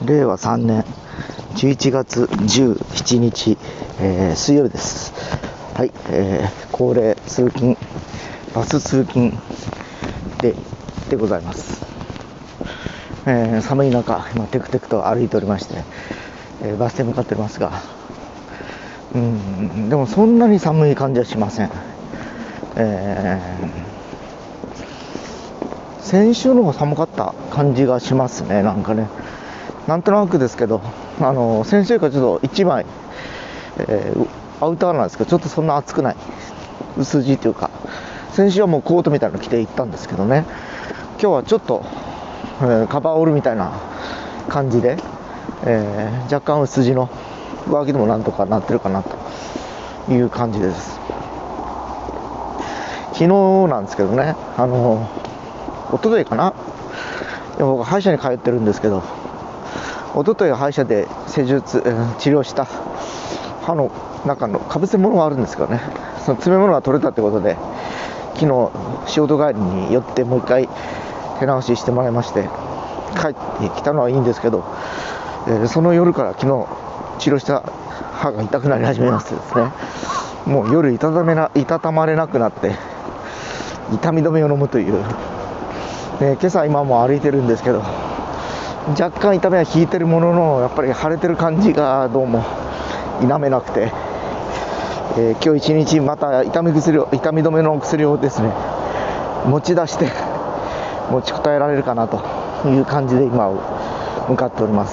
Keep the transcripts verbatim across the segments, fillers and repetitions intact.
れいわさんねんじゅういちがつじゅうしちにち、えー、水曜日です。はい、えー、恒例通勤バス通勤ででございます。えー、寒い中今テクテクと歩いておりまして、えー、バス停向かっておりますが、うんでもそんなに寒い感じはしません。えー、先週の方が寒かった感じがしますね。なんかね、なんとなくですけど、あの先週からちょっといちまい、えー、アウターなんですけど、ちょっとそんな暑くない薄地というか、先週はもうコートみたいなの着て行ったんですけどね、今日はちょっと、えー、カバーオールみたいな感じで、えー、若干薄地の上着でもなんとかなってるかなという感じです。昨日なんですけどね、あの一昨日かな、僕歯医者に通ってるんですけど、一昨日歯医者で施術、えー、治療した歯の中のかぶせ物があるんですけどね、その詰め物が取れたってことで、昨日仕事帰りに寄ってもう一回手直ししてもらいまして、帰ってきたのはいいんですけど、えー、その夜から昨日治療した歯が痛くなり始めましてですね、もう夜いたためないたたまれなくなって痛み止めを飲むという、ね、今朝今も歩いてるんですけど、若干痛みは引いてるものの、やっぱり腫れてる感じがどうも否めなくて、えー、今日一日また痛み薬を痛み止めの薬をですね持ち出して持ちこたえられるかなという感じで今向かっております。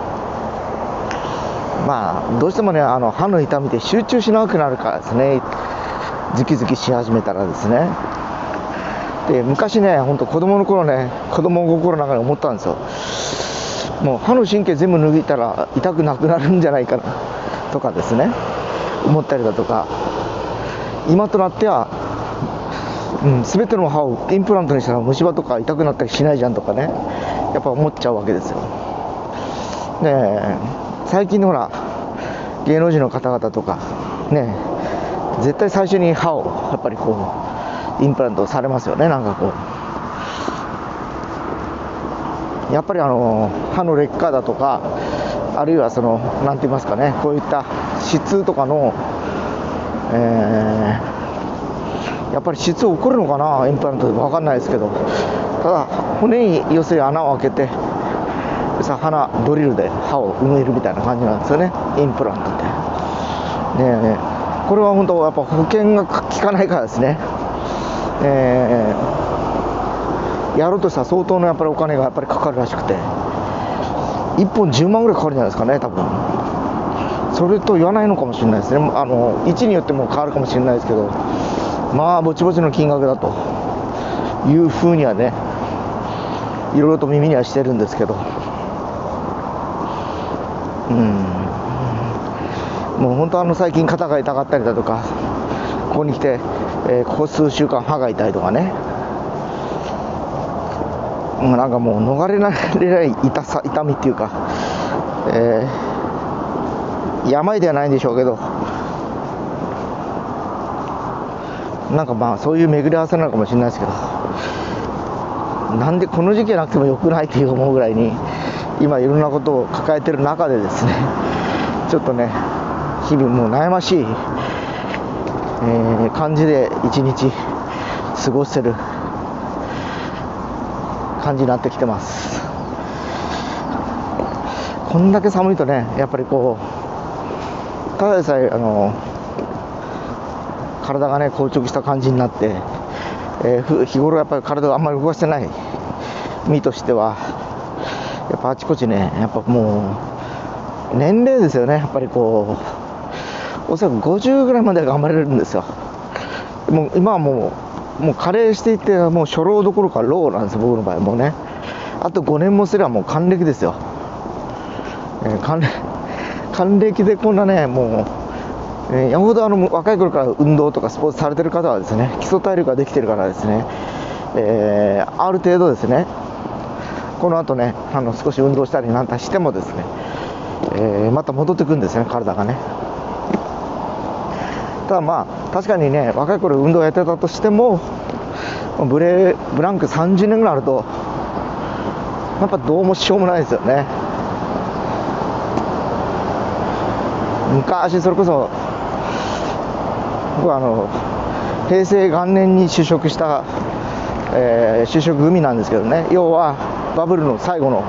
まあどうしてもね、あの歯の痛みで集中しなくなるからですね、ズキズキし始めたらですね。で昔ね、本当子供の頃ね、子供心の中で思ったんですよ。もう歯の神経全部抜いたら痛くなくなるんじゃないかなとかですね、思ったりだとか、今となっては、うん、全ての歯をインプラントにしたら虫歯とか痛くなったりしないじゃんとかね、やっぱ思っちゃうわけですよ。で最近のほら芸能人の方々とかね、絶対最初に歯をやっぱりこうインプラントされますよね。なんかこうやっぱりあの歯の劣化だとか、あるいはそのなんて言いますかね、こういった質とかの、えー、やっぱり質を起こるのかな、インプラントで分かんないですけど、ただ骨に要するに穴を開けてさ鼻ドリルで歯を埋めるみたいな感じなんですよね、インプラントってね。えねこれは本当やっぱ保険が効かないからですね、えー、やろうとしたら相当のやっぱりお金がやっぱりかかるらしくて、いっぽんじゅうまんぐらいかかるんじゃないですかね、多分。それと言わないのかもしれないですね。あの位置によっても変わるかもしれないですけど、まあぼちぼちの金額だというふうにはね、いろいろと耳にはしてるんですけど、うんもう本当あの最近肩が痛かったりだとか、ここに来て、えー、ここ数週間歯が痛いとかね、なんかもう逃れられない痛さ痛みっていうか、えー、病ではないんでしょうけど、なんかまあそういう巡り合わせなのかもしれないですけど、なんでこの時期じゃなくてもよくないっていう思うぐらいに今いろんなことを抱えてる中でですね、ちょっとね日々もう悩ましい、えー、感じで一日過ごしてる感じになってきてます。こんだけ寒いとね、やっぱりこうただでさえあの体がね硬直した感じになって、えー、日頃やっぱり体をあんまり動かしてない身としては、やっぱあちこちね、やっぱもう年齢ですよね、やっぱりこうおそらくごじゅうぐらいまで頑張れるんですよ。もう今はもうもう加齢していて、もう初老どころか老なんですよ、僕の場合もうね。あとごねんもすればもう還暦ですよ、えー、還還暦でこんなね、もう、えー、山ほどあの若い頃から運動とかスポーツされてる方はですね、基礎体力ができてるからですね、えー、ある程度ですね、この後ねあの少し運動したりなんかしてもですね、えー、また戻ってくるんですね、体がね。ただまあ確かにね、若い頃運動やってたとしてもブレブランクさんじゅうねんぐらいあるとやっぱどうもしようもないですよね。 昔それこそ僕はあの平成元年に就職した、えー、就職組なんですけどね、要はバブルの最後の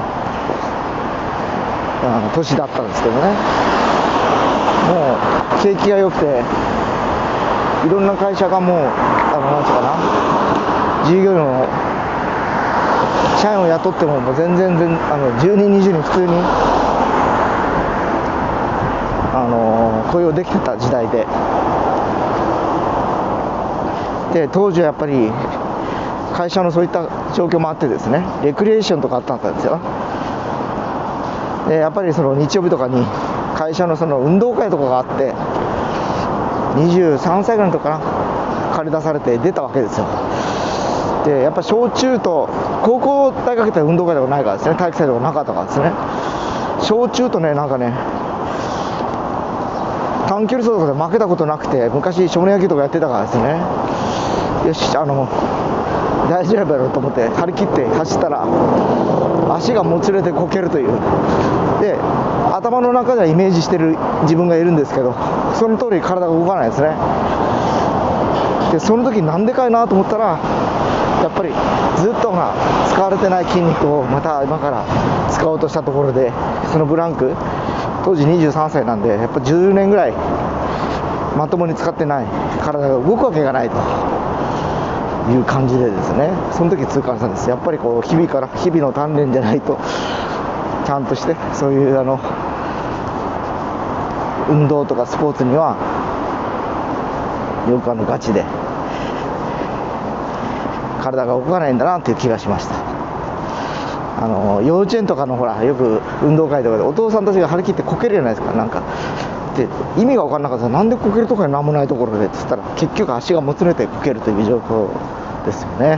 あの年だったんですけどね、もう景気が良くていろんな会社がもうあのなんつうかな、従業員を社員を雇ってももう全然全あのじゅうにんにじゅうにん普通にあの雇用できてた時代で、で当時はやっぱり会社のそういった状況もあってですね、レクリエーションとかあったんですよ。でやっぱりその日曜日とかに会社のその運動会とかがあって、にじゅうさんさいぐらいの時かな、借り出されて出たわけですよ。でやっぱ小中と高校大学って運動会とかないからですね、体育祭とかなかったからですね、小中とねなんかね短距離走とかで負けたことなくて、昔少年野球とかやってたからですね、よしあの大丈夫やろうと思って張り切って走ったら足がもつれてこけるという。で頭の中ではイメージしてる自分がいるんですけど、その通り体が動かないですね。でその時なんでかいなと思ったら、やっぱりずっとが使われてない筋肉をまた今から使おうとしたところで、そのブランク当時にじゅうさんさいなんで、やっぱじゅうねんぐらいまともに使ってない体が動くわけがないという感じでですね、その時痛感したんです。やっぱりこう日々から日々の鍛錬じゃないとちゃんとしてそういうあの運動とかスポーツにはよくあのガチで体が動かないんだなという気がしました。あの幼稚園とかのほらよく運動会とかでお父さんたちが張り切ってこけるじゃないですか。なんかで意味が分からなかったら、なんでこけるとかになんもないところでって言ったら、結局足がもつれてこけるという状況ですよね。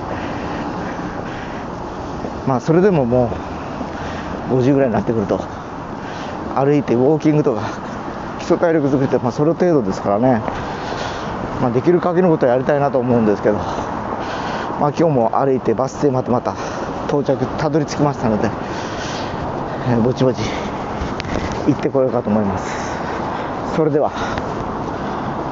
まあそれでももうごじゅうぐらいになってくると歩いてウォーキングとか基礎体力作りって、まあ、それ程度ですからね、まあ、できる限りのことをやりたいなと思うんですけど、まあ、今日も歩いてバス停までまた到着たどり着きましたので、えー、ぼちぼち行ってこようかと思います。それでは。